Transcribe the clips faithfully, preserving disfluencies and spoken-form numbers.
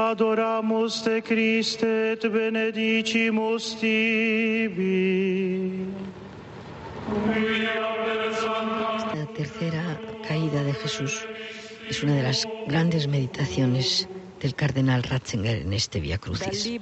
adoramus te Christe et benedicimus tibi. Esta tercera caída de Jesús es una de las grandes meditaciones del cardenal Ratzinger en este Via Crucis.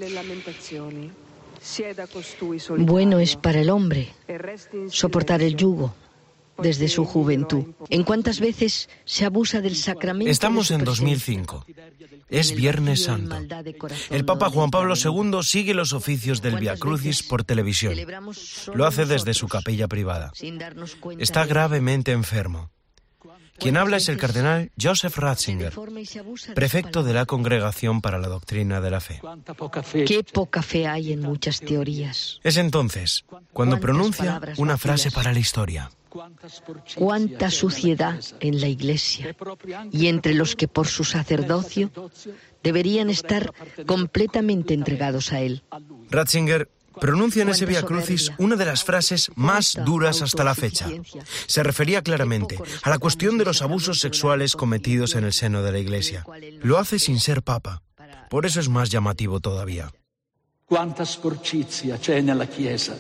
Bueno es para el hombre soportar el yugo desde su juventud. ¿En cuántas veces se abusa del sacramento? Estamos en dos mil cinco. Es Viernes Santo. El Papa Juan Pablo segundo sigue los oficios del Via Crucis por televisión. Lo hace desde su capilla privada. Está gravemente enfermo. Quien habla es el cardenal Joseph Ratzinger, prefecto de la Congregación para la Doctrina de la Fe. Qué poca fe hay en muchas teorías. Es entonces cuando pronuncia una frase para la historia. Cuánta suciedad en la Iglesia y entre los que por su sacerdocio deberían estar completamente entregados a él. Ratzinger pronuncia en ese Via Crucis una de las frases más duras hasta la fecha. Se refería claramente a la cuestión de los abusos sexuales cometidos en el seno de la Iglesia. Lo hace sin ser papa. Por eso es más llamativo todavía. Cuánta sporcizia c'è nella Chiesa.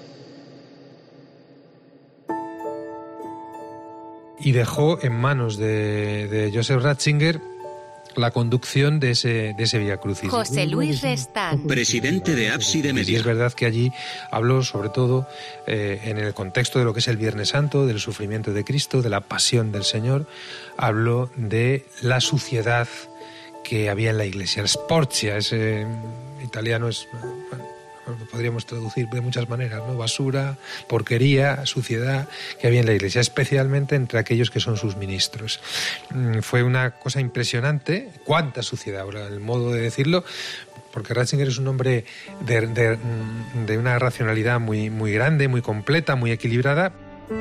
Y dejó en manos de, de Joseph Ratzinger la conducción de ese, de ese Via Crucis. José Luis Restán, presidente de Ábside Media. Y es verdad que allí habló sobre todo eh, en el contexto de lo que es el Viernes Santo, del sufrimiento de Cristo, de la pasión del Señor. Habló de la suciedad que había en la Iglesia. El sportia, ese italiano es... Bueno, podríamos traducir de muchas maneras, ¿no? Basura, porquería, suciedad que había en la Iglesia, especialmente entre aquellos que son sus ministros. Fue una cosa impresionante, cuánta suciedad, ahora el modo de decirlo, porque Ratzinger es un hombre de, de, de una racionalidad muy, muy grande, muy completa, muy equilibrada.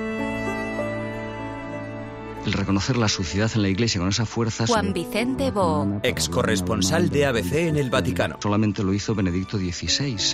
El reconocer la suciedad en la Iglesia con esa fuerza... Juan Vicente Bo, ex corresponsal de A B C en el Vaticano. Solamente lo hizo Benedicto dieciséis.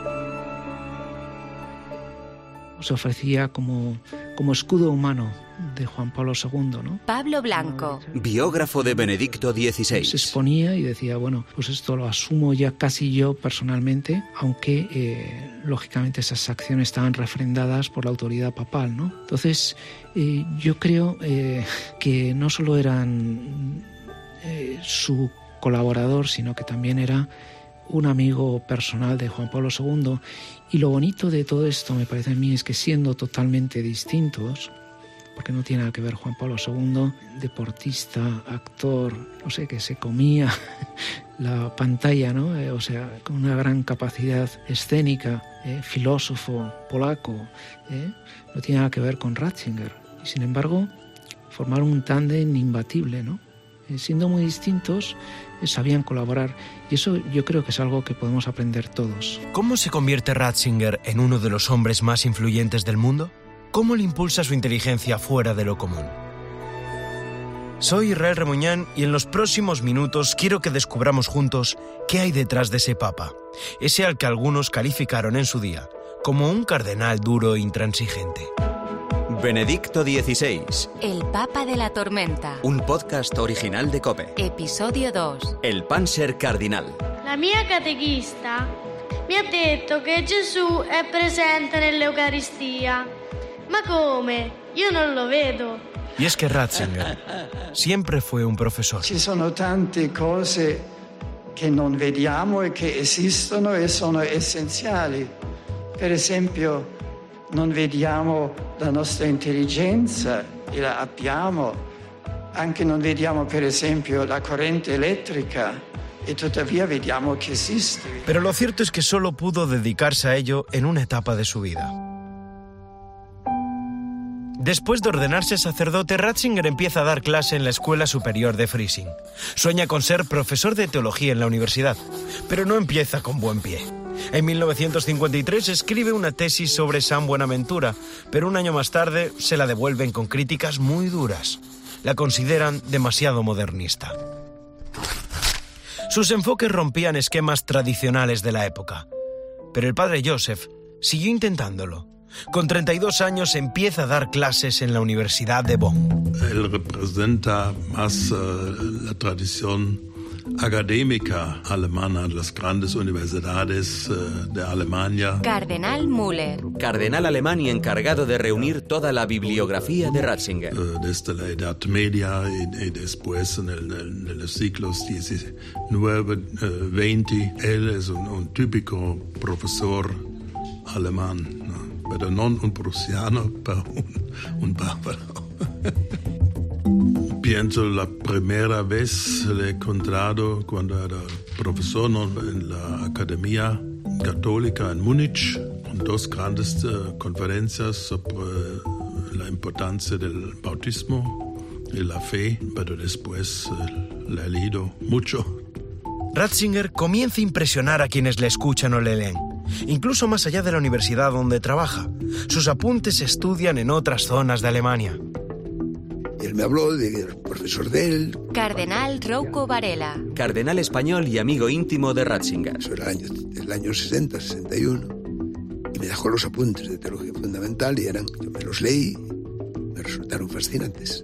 Se ofrecía como, como escudo humano de Juan Pablo segundo, ¿no? Pablo Blanco, biógrafo de Benedicto dieciséis. Se exponía y decía, bueno, pues esto lo asumo ya casi yo personalmente, aunque eh, lógicamente esas acciones estaban refrendadas por la autoridad papal, ¿no? Entonces, eh, yo creo eh, que no solo eran eh, su colaborador, sino que también era un amigo personal de Juan Pablo segundo. Y lo bonito de todo esto, me parece a mí, es que siendo totalmente distintos, porque no tiene nada que ver Juan Pablo segundo, deportista, actor, no sé, que se comía la pantalla, ¿no? Eh, o sea, con una gran capacidad escénica, eh, filósofo polaco, eh, no tiene nada que ver con Ratzinger. Y sin embargo, formaron un tándem imbatible, ¿no? Eh, siendo muy distintos, eh, sabían colaborar. Y eso yo creo que es algo que podemos aprender todos. ¿Cómo se convierte Ratzinger en uno de los hombres más influyentes del mundo? ¿Cómo le impulsa su inteligencia fuera de lo común? Soy Israel Remuñán y en los próximos minutos quiero que descubramos juntos qué hay detrás de ese papa, ese al que algunos calificaron en su día como un cardenal duro e intransigente. Benedicto dieciséis. El Papa de la Tormenta. Un podcast original de COPE. Episodio dos. El Panzer Cardinal. La mia catechista mi ha detto che Gesù è presente nell'Eucaristia. Ma come? Io non lo vedo. Y es que Ratzinger siempre fue un profesor. Ci sono tante cose che non vediamo e che esistono e sono essenziali. Per esempio, non vediamo la nostra intelligenza e la abbiamo. Anche non vediamo, per esempio, la corrente eléctrica e tuttavia vediamo che esiste. Pero lo cierto es que solo pudo dedicarse a ello en una etapa de su vida. Después de ordenarse sacerdote, Ratzinger empieza a dar clase en la Escuela Superior de Freising. Sueña con ser profesor de teología en la universidad, pero no empieza con buen pie. En mil novecientos cincuenta y tres escribe una tesis sobre San Buenaventura, pero un año más tarde se la devuelven con críticas muy duras. La consideran demasiado modernista. Sus enfoques rompían esquemas tradicionales de la época, pero el padre Joseph siguió intentándolo. Con treinta y dos años empieza a dar clases en la Universidad de Bonn. Él representa más uh, la tradición académica alemana de las grandes universidades uh, de Alemania. Cardenal Müller. Cardenal alemán y encargado de reunir toda la bibliografía de Ratzinger. Uh, desde la Edad Media y, y después en, el, en los siglos diecinueve, veinte. Él es un, un típico profesor alemán, ¿no? Pero no un prusiano, pero un, un bárbaro. Pienso la primera vez le he encontrado cuando era profesor en la Academia Católica en Múnich, con dos grandes uh, conferencias sobre la importancia del bautismo y la fe, pero después uh, le he leído mucho. Ratzinger comienza a impresionar a quienes le escuchan o le leen, incluso más allá de la universidad donde trabaja. Sus apuntes se estudian en otras zonas de Alemania. Él me habló del profesor de él. Cardenal Rouco Varela. Cardenal español y amigo íntimo de Ratzinger. Eso era el año, el año sesenta, sesenta y uno. Y me dejó los apuntes de teología fundamental y eran, yo me los leí, me resultaron fascinantes.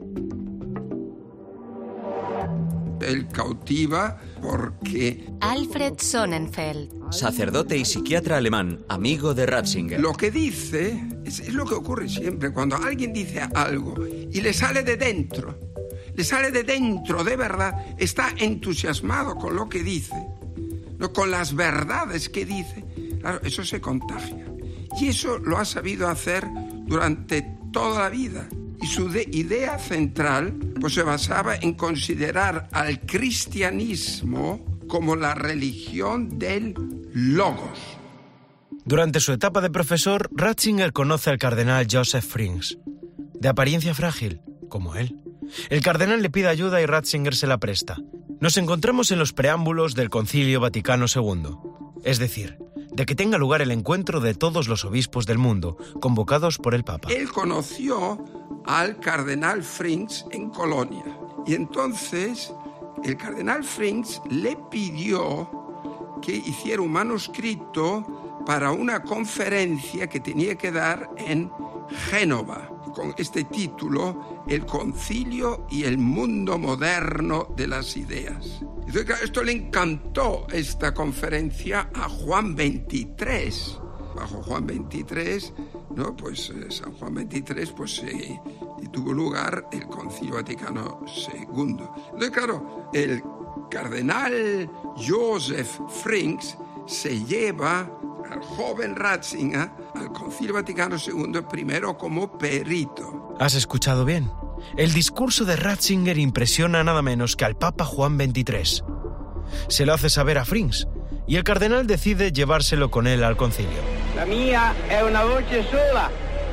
Él cautiva porque... Alfred Sonnenfeld. Sacerdote y psiquiatra alemán, amigo de Ratzinger. Lo que dice es, es lo que ocurre siempre cuando alguien dice algo y le sale de dentro, le sale de dentro, de verdad, está entusiasmado con lo que dice, ¿no? Con las verdades que dice. Claro, eso se contagia. Y eso lo ha sabido hacer durante toda la vida. Y su de- idea central pues, se basaba en considerar al cristianismo como la religión del logos. Durante su etapa de profesor, Ratzinger conoce al cardenal Joseph Frings. De apariencia frágil, como él. El cardenal le pide ayuda y Ratzinger se la presta. Nos encontramos en los preámbulos del Concilio Vaticano segundo, es decir, de que tenga lugar el encuentro de todos los obispos del mundo, convocados por el Papa. Él conoció al cardenal Frings en Colonia. Y entonces el cardenal Frings le pidió que hiciera un manuscrito para una conferencia que tenía que dar en Génova, con este título, El Concilio y el Mundo Moderno de las Ideas. Entonces, claro, esto le encantó, esta conferencia, a Juan veintitrés. Bajo Juan veintitrés, ¿no? Pues eh, San Juan veintitrés, pues eh, y tuvo lugar el Concilio Vaticano segundo. Entonces, claro, el cardenal Joseph Frings se lleva al joven Ratzinger al Concilio Vaticano segundo, primero como perito. ¿Has escuchado bien? El discurso de Ratzinger impresiona nada menos que al Papa Juan veintitrés. Se lo hace saber a Frings, y el cardenal decide llevárselo con él al concilio. La mia è una voce sola,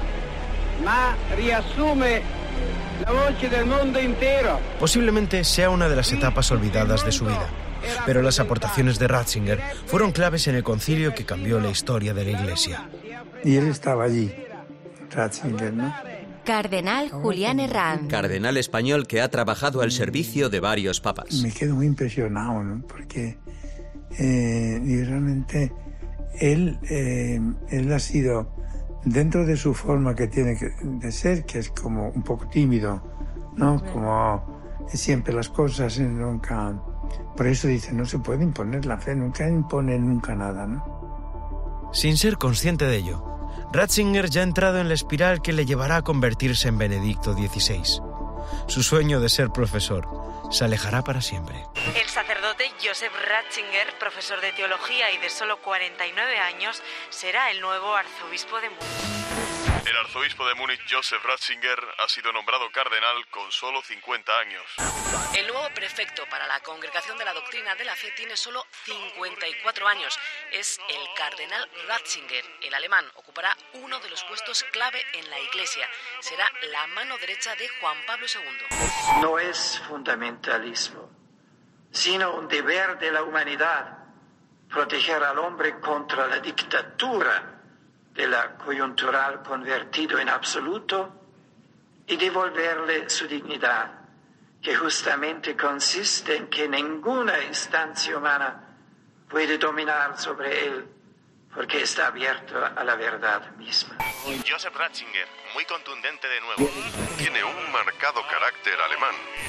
ma riassume la voce del mondo intero. Posiblemente sea una de las etapas olvidadas de su vida, pero las aportaciones de Ratzinger fueron claves en el concilio que cambió la historia de la Iglesia. Y él estaba allí, Ratzinger, ¿no? Cardenal Julián Herranz. Cardenal español que ha trabajado al servicio de varios papas. Me quedo muy impresionado, ¿no? Porque eh, y realmente él, eh, él ha sido, dentro de su forma que tiene que, de ser, que es como un poco tímido, ¿no? Como siempre las cosas nunca... Por eso dice, no se puede imponer la fe, nunca impone nunca nada, ¿no? Sin ser consciente de ello, Ratzinger ya ha entrado en la espiral que le llevará a convertirse en Benedicto dieciséis. Su sueño de ser profesor se alejará para siempre. El sacerdote Joseph Ratzinger, profesor de teología y de solo cuarenta y nueve años, será el nuevo arzobispo de Múnich. El arzobispo de Múnich, Joseph Ratzinger, ha sido nombrado cardenal con solo cincuenta años. El nuevo prefecto para la Congregación de la Doctrina de la Fe tiene solo cincuenta y cuatro años. Es el cardenal Ratzinger. El alemán ocupará uno de los puestos clave en la Iglesia. Será la mano derecha de Juan Pablo segundo. No es fundamentalismo, sino un deber de la humanidad proteger al hombre contra la dictadura de la coyuntural convertido en absoluto y devolverle su dignidad, que justamente consiste en que ninguna instancia humana puede dominar sobre él, porque está abierto a la verdad misma. Joseph Ratzinger, muy contundente de nuevo. Tiene un marcado carácter alemán.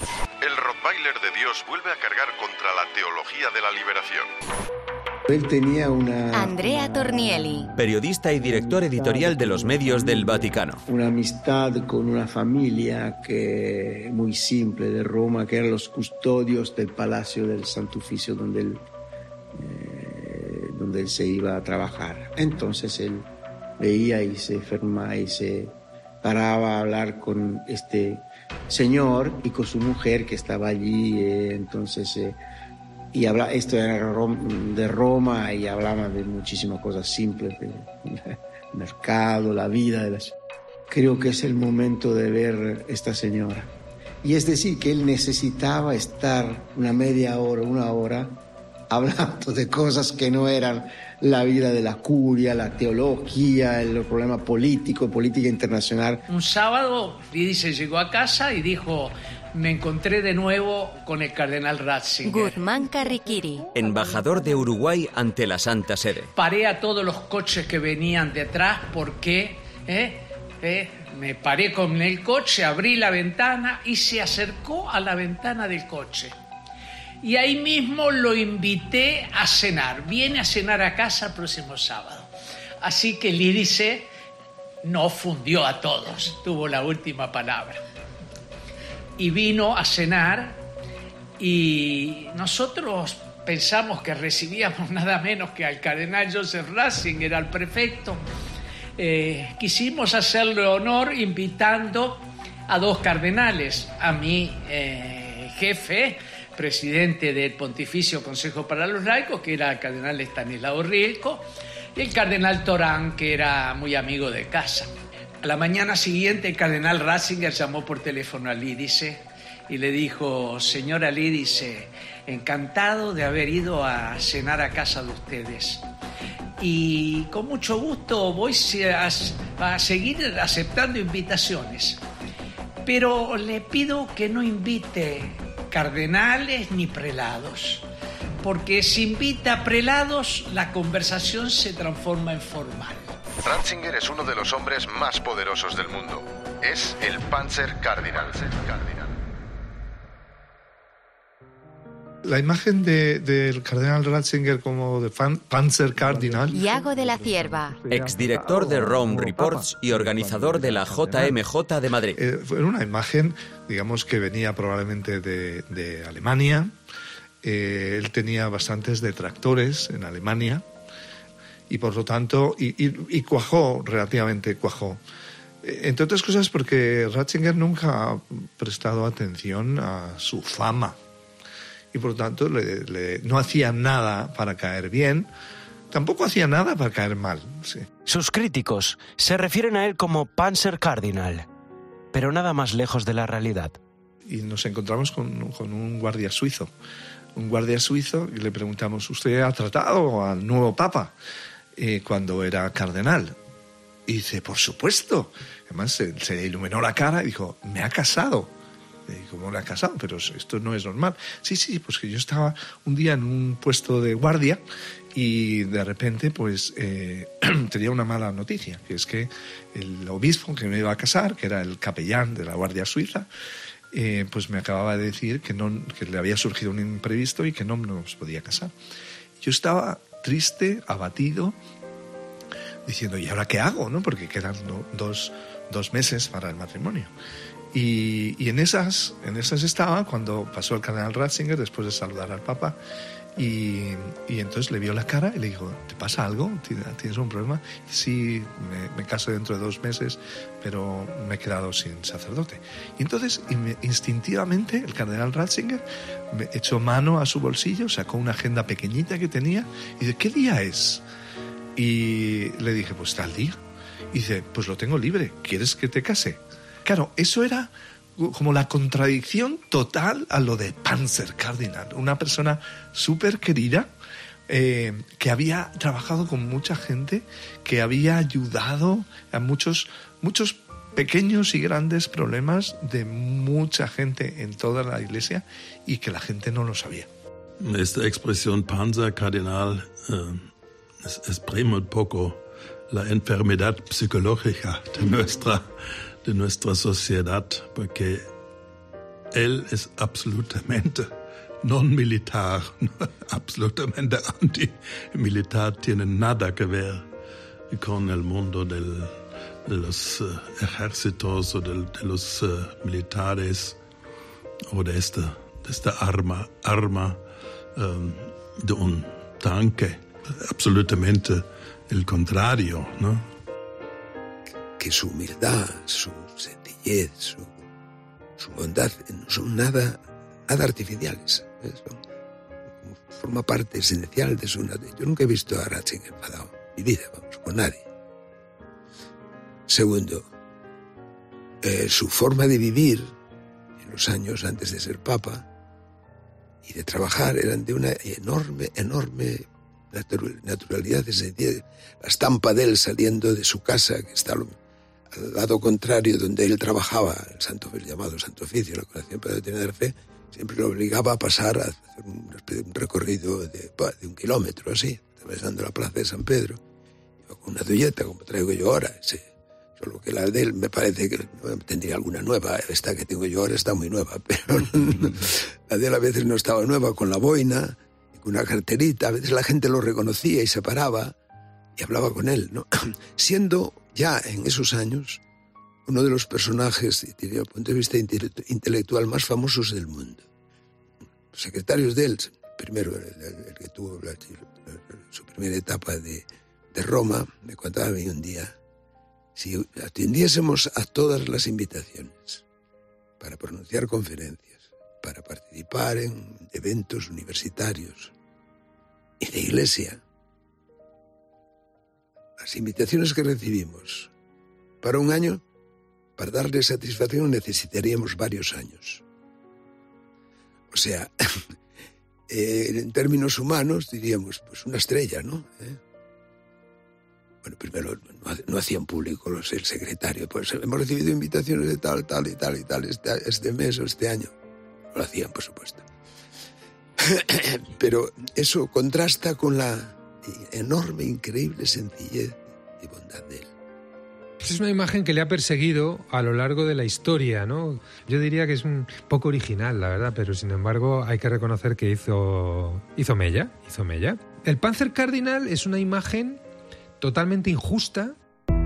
el Rottweiler de Dios vuelve a cargar contra la teología de la liberación. Él tenía una... Andrea Tornielli. Periodista y director editorial de los medios del Vaticano. Una amistad con una familia que muy simple de Roma, que eran los custodios del Palacio del Santo Oficio donde él, eh, donde él se iba a trabajar. Entonces él veía y se enfermaba y se paraba a hablar con este señor y con su mujer que estaba allí. Eh, entonces... Eh, Y habla, esto era de Roma y hablaba de muchísimas cosas simples, del mercado, la vida de la ciudad. Creo que es el momento de ver esta señora. Y es decir, que él necesitaba estar una media hora, una hora, hablando de cosas que no eran la vida de la curia, la teología, el problema político, política internacional. Un sábado, Lidice llegó a casa y dijo... Me encontré de nuevo con el cardenal Ratzinger. Guzmán Carriquiri. Embajador de Uruguay ante la Santa Sede. Paré a todos los coches que venían detrás porque eh, eh, me paré con el coche, abrí la ventana y se acercó a la ventana del coche. Y ahí mismo lo invité a cenar. Viene a cenar a casa el próximo sábado. Así que Lídice no fundió a todos, tuvo la última palabra. Y vino a cenar y nosotros pensamos que recibíamos nada menos que al cardenal Joseph Ratzinger, al prefecto. Eh, quisimos hacerle honor invitando a dos cardenales, a mi eh, jefe, presidente del Pontificio Consejo para los Laicos, que era el cardenal Estanislao Rielco, y el cardenal Torán, que era muy amigo de casa. A la mañana siguiente el cardenal Ratzinger llamó por teléfono a Lídice y le dijo: señora Lídice, encantado de haber ido a cenar a casa de ustedes. Y con mucho gusto voy a, a seguir aceptando invitaciones. Pero le pido que no invite cardenales ni prelados, porque si invita a prelados la conversación se transforma en formal. Ratzinger es uno de los hombres más poderosos del mundo. Es el Panzer Cardinal. La imagen de, del cardenal Ratzinger como de fan, Panzer Cardinal... Iago de la Cierva. Exdirector de Rome Reports y organizador de la J M J de Madrid. Eh, fue una imagen, digamos, que venía probablemente de, de Alemania. Eh, él tenía bastantes detractores en Alemania. Y por lo tanto, y, y, y cuajó, relativamente cuajó. Entre otras cosas porque Ratzinger nunca ha prestado atención a su fama. Y por lo tanto le, le, no hacía nada para caer bien, tampoco hacía nada para caer mal. Sí. Sus críticos se refieren a él como Panzer Cardinal, pero nada más lejos de la realidad. Y nos encontramos con, con un guardia suizo. Un guardia suizo y le preguntamos: ¿usted ha tratado al nuevo papa eh, cuando era cardenal? Y dice: por supuesto. Además se, se iluminó la cara y dijo: me ha casado. Y ¿cómo le ha casado? Pero esto no es normal. Sí, sí, pues que yo estaba un día en un puesto de guardia y de repente pues eh, tenía una mala noticia, que es que el obispo que me iba a casar, que era el capellán de la Guardia Suiza, eh, pues me acababa de decir que, no, que le había surgido un imprevisto y que no nos podía casar. Yo estaba triste, abatido, diciendo: ¿y ahora qué hago? ¿No? Porque quedan do, dos, dos meses para el matrimonio. Y, y en, esas, en esas estaba cuando pasó el cardenal Ratzinger después de saludar al Papa y, y entonces le vio la cara y le dijo: ¿te pasa algo? ¿Tienes un problema? Sí, me, me caso dentro de dos meses, pero me he quedado sin sacerdote. Y entonces instintivamente el cardenal Ratzinger me echó mano a su bolsillo, sacó una agenda pequeñita que tenía y dice: ¿qué día es? Y le dije: pues tal día. Y dice: pues lo tengo libre, ¿quieres que te case? Claro, eso era como la contradicción total a lo de Panzer Cardinal, una persona súper querida, eh, que había trabajado con mucha gente, que había ayudado a muchos, muchos pequeños y grandes problemas de mucha gente en toda la Iglesia y que la gente no lo sabía. Esta expresión Panzer Cardinal eh, es, exprime un poco la enfermedad psicológica de nuestra de nuestra sociedad, porque él es absolutamente non militar, absolutamente anti-militar, tiene nada que ver con el mundo del, de los uh, ejércitos o del, de los uh, militares o de esta, de esta arma, arma um, de un tanque. Absolutamente el contrario, ¿no? Que su humildad, su sencillez, su, su bondad no son nada, nada artificiales. ¿eh? Son, forma parte esencial de su naturaleza. Yo nunca he visto a Ratzinger enfadado en mi vida, vamos, con nadie. Segundo, eh, su forma de vivir en los años antes de ser papa y de trabajar eran de una enorme, enorme naturalidad, sencillez. La estampa de él saliendo de su casa, que está al lado contrario donde él trabajaba, el santo el llamado Santo Oficio, la Congregación para la Doctrina de la Fe, siempre lo obligaba a pasar a hacer un, un recorrido de, de un kilómetro, así, atravesando la plaza de San Pedro, con una dulleta, como traigo yo ahora. Sí. Solo que la de él me parece que no, tendría alguna nueva. Esta que tengo yo ahora está muy nueva, pero la de él a veces no estaba nueva, con la boina, con una carterita. A veces la gente lo reconocía y se paraba y hablaba con él, ¿no? Siendo ya en esos años uno de los personajes, desde el punto de vista intelectual, más famosos del mundo. Los secretarios de él, primero el, el, el que tuvo la, su primera etapa de, de Roma, me contaba a mí un día, si atendiésemos a todas las invitaciones para pronunciar conferencias, para participar en eventos universitarios y de iglesia, las invitaciones que recibimos para un año, para darle satisfacción necesitaríamos varios años. O sea, eh, en términos humanos diríamos, pues una estrella, ¿no? ¿Eh? Bueno, primero no, no hacían público los, el secretario, pues hemos recibido invitaciones de tal, tal y tal y tal este, este mes o este año. No lo hacían, por supuesto. Pero eso contrasta con la enorme, increíble sencillez y bondad de él. Es una imagen que le ha perseguido a lo largo de la historia, ¿no? Yo diría que es un poco original, la verdad, pero sin embargo hay que reconocer que hizo, hizo mella, hizo mella. El Panzer Cardinal es una imagen totalmente injusta.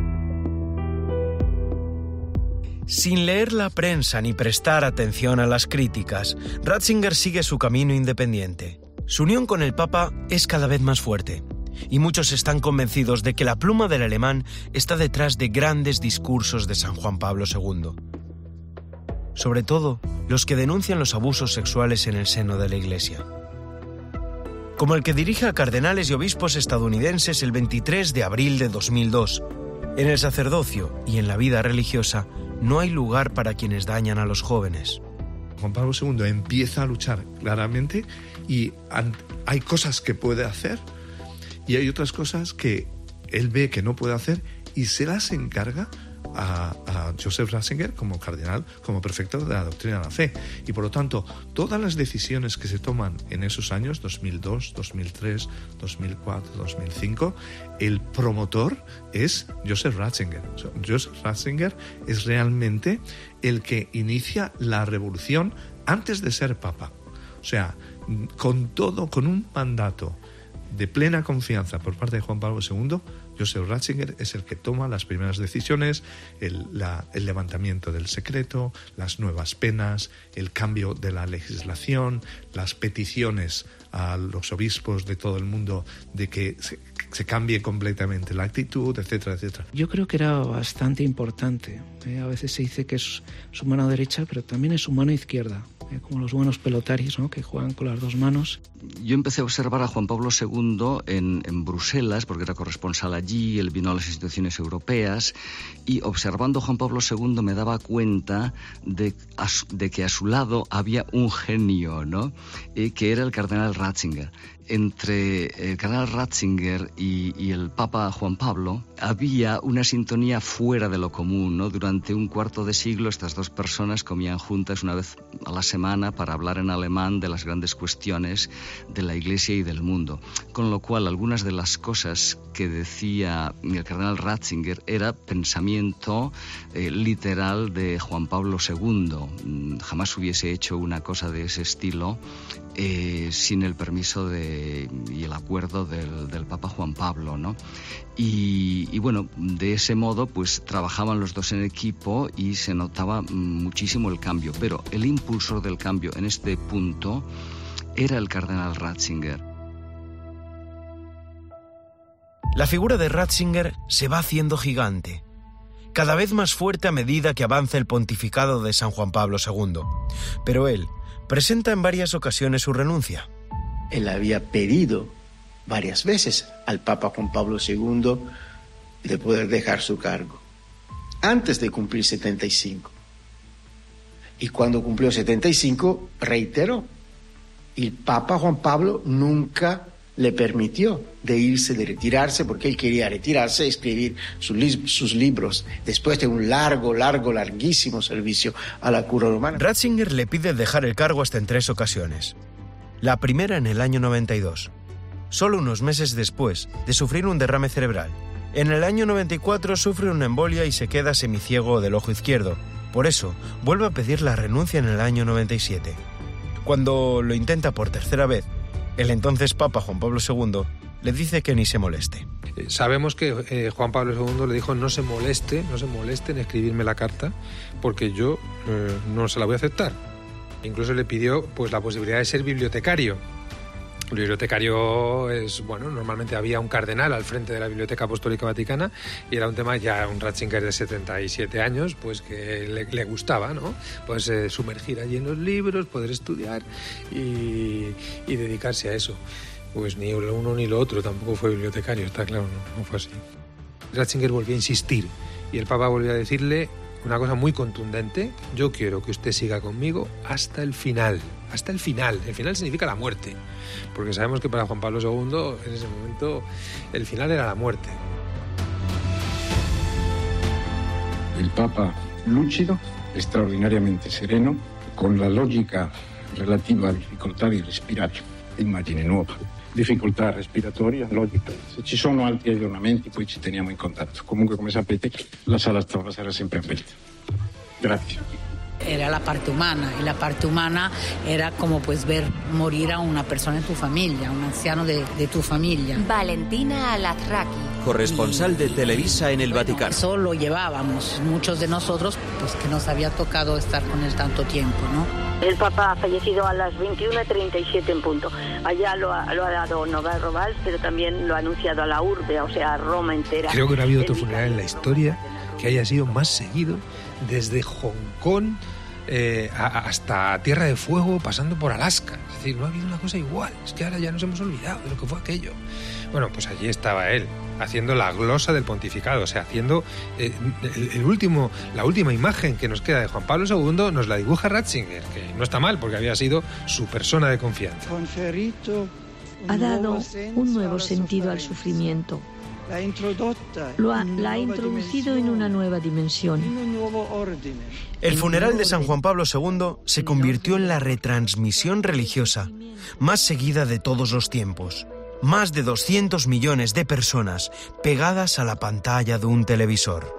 Sin leer la prensa ni prestar atención a las críticas, Ratzinger sigue su camino independiente. Su unión con el Papa es cada vez más fuerte, y muchos están convencidos de que la pluma del alemán está detrás de grandes discursos de San Juan Pablo segundo. Sobre todo, los que denuncian los abusos sexuales en el seno de la Iglesia. Como el que dirige a cardenales y obispos estadounidenses el veintitrés de abril de dos mil dos. En el sacerdocio y en la vida religiosa no hay lugar para quienes dañan a los jóvenes. Juan Pablo segundo empieza a luchar claramente y hay cosas que puede hacer y hay otras cosas que él ve que no puede hacer y se las encarga a, a Joseph Ratzinger como cardenal, como prefecto de la doctrina de la fe. Y por lo tanto, todas las decisiones que se toman en esos años, dos mil dos, dos mil tres, dos mil cuatro, dos mil cinco, el promotor es Joseph Ratzinger. Joseph Ratzinger es realmente el que inicia la revolución antes de ser papa. O sea, con todo, con un mandato de plena confianza por parte de Juan Pablo segundo, Joseph Ratzinger es el que toma las primeras decisiones, el, la, el levantamiento del secreto, las nuevas penas, el cambio de la legislación, las peticiones a los obispos de todo el mundo de que se, se cambie completamente la actitud, etcétera, etcétera. Yo creo que era bastante importante. ¿eh? A veces se dice que es su mano derecha, pero también es su mano izquierda. ¿eh? Como los buenos pelotaris, ¿no? Que juegan con las dos manos. Yo empecé a observar a Juan Pablo segundo en, en Bruselas, porque era corresponsal allí, él vino a las instituciones europeas, y observando a Juan Pablo segundo me daba cuenta de, de que a su lado había un genio, ¿no? Eh, que era el cardenal Ratzinger. entre el cardenal Ratzinger y, y el Papa Juan Pablo había una sintonía fuera de lo común, ¿no? Durante un cuarto de siglo estas dos personas comían juntas una vez a la semana para hablar en alemán de las grandes cuestiones de la Iglesia y del mundo. Con lo cual, algunas de las cosas que decía el cardenal Ratzinger era pensamiento eh, literal de Juan Pablo segundo. Jamás hubiese hecho una cosa de ese estilo eh, sin el permiso de, y el acuerdo del, del Papa Juan Pablo, ¿no? Y, y bueno, de ese modo pues trabajaban los dos en equipo y se notaba muchísimo el cambio, pero el impulsor del cambio en este punto era el cardenal Ratzinger. La figura de Ratzinger se va haciendo gigante, cada vez más fuerte a medida que avanza el pontificado de San Juan Pablo segundo. Pero él presenta en varias ocasiones su renuncia. Él había pedido varias veces al Papa Juan Pablo segundo de poder dejar su cargo, antes de cumplir setenta y cinco. Y cuando cumplió setenta y cinco, reiteró. El Papa Juan Pablo nunca le permitió de irse, de retirarse, porque él quería retirarse y escribir sus, li- sus libros después de un largo, largo, larguísimo servicio a la cura romana. Ratzinger le pide dejar el cargo hasta en tres ocasiones. La primera en el año noventa y dos, solo unos meses después de sufrir un derrame cerebral. En el año noventa y cuatro sufre una embolia y se queda semiciego del ojo izquierdo. Por eso, vuelve a pedir la renuncia en el año noventa y siete. Cuando lo intenta por tercera vez, el entonces Papa Juan Pablo segundo le dice que ni se moleste. Sabemos que eh, Juan Pablo segundo le dijo no se moleste, no se moleste en escribirme la carta porque yo eh, no se la voy a aceptar. Incluso le pidió pues la posibilidad de ser bibliotecario. El bibliotecario es, bueno, normalmente había un cardenal al frente de la Biblioteca Apostólica Vaticana y era un tema ya un Ratzinger de setenta y siete años, pues que le, le gustaba, ¿no? Pues eh, sumergir allí en los libros, poder estudiar y, y dedicarse a eso. Pues ni lo uno ni lo otro, tampoco fue bibliotecario, está claro, no, no fue así. Ratzinger volvió a insistir y el Papa volvió a decirle una cosa muy contundente: yo quiero que usted siga conmigo hasta el final, hasta el final. El final significa la muerte, porque sabemos que para Juan Pablo segundo en ese momento el final era la muerte. El Papa lúcido, extraordinariamente sereno, con la logica relativa a difficoltà di respirare, immagine nuova. Difficoltà respiratoria, logica. Se ci sono altri aggiornamenti poi ci teniamo in contatto. Comunque, come sapete, la sala stampa sarà sempre aperta. Grazie. Era la parte humana, y la parte humana era como pues ver morir a una persona en tu familia, un anciano de, de tu familia. Valentina Alazraqui, corresponsal de Televisa en el bueno, Vaticano. Eso lo llevábamos, muchos de nosotros, pues que nos había tocado estar con él tanto tiempo, ¿no? El Papa ha fallecido a las veintiuna treinta y siete en punto. Allá lo ha, lo ha dado Novarro Valls, pero también lo ha anunciado a la urbe, o sea, a Roma entera. Creo que no ha habido otro funeral en la historia que haya sido más seguido, desde Hong Kong eh, a, hasta Tierra de Fuego, pasando por Alaska. Es decir, no ha habido una cosa igual. Es que ahora ya nos hemos olvidado de lo que fue aquello. Bueno, pues allí estaba él, haciendo la glosa del pontificado, o sea, haciendo eh, el, el último, la última imagen que nos queda de Juan Pablo segundo nos la dibuja Ratzinger, que no está mal porque había sido su persona de confianza. Ha dado un nuevo sentido al sufrimiento. Lo ha, la ha introducido en una nueva dimensión. El funeral de San Juan Pablo segundo se convirtió en la retransmisión religiosa más seguida de todos los tiempos. Más de doscientos millones de personas pegadas a la pantalla de un televisor.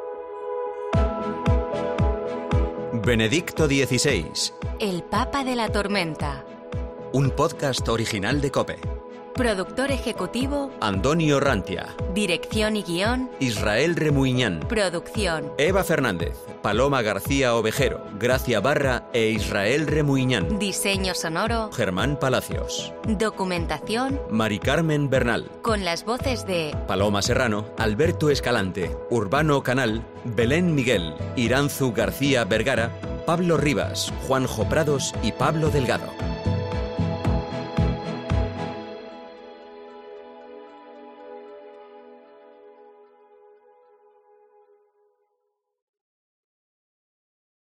Benedicto dieciséis. El Papa de la Tormenta. Un podcast original de COPE. Productor ejecutivo Antonio Rantia. Dirección y guión Israel Remuiñán. Producción Eva Fernández, Paloma García Ovejero, Gracia Barra e Israel Remuiñán. Diseño sonoro Germán Palacios. Documentación Mari Carmen Bernal. Con las voces de Paloma Serrano, Alberto Escalante, Urbano Canal, Belén Miguel, Iranzu García Vergara, Pablo Rivas, Juanjo Prados y Pablo Delgado.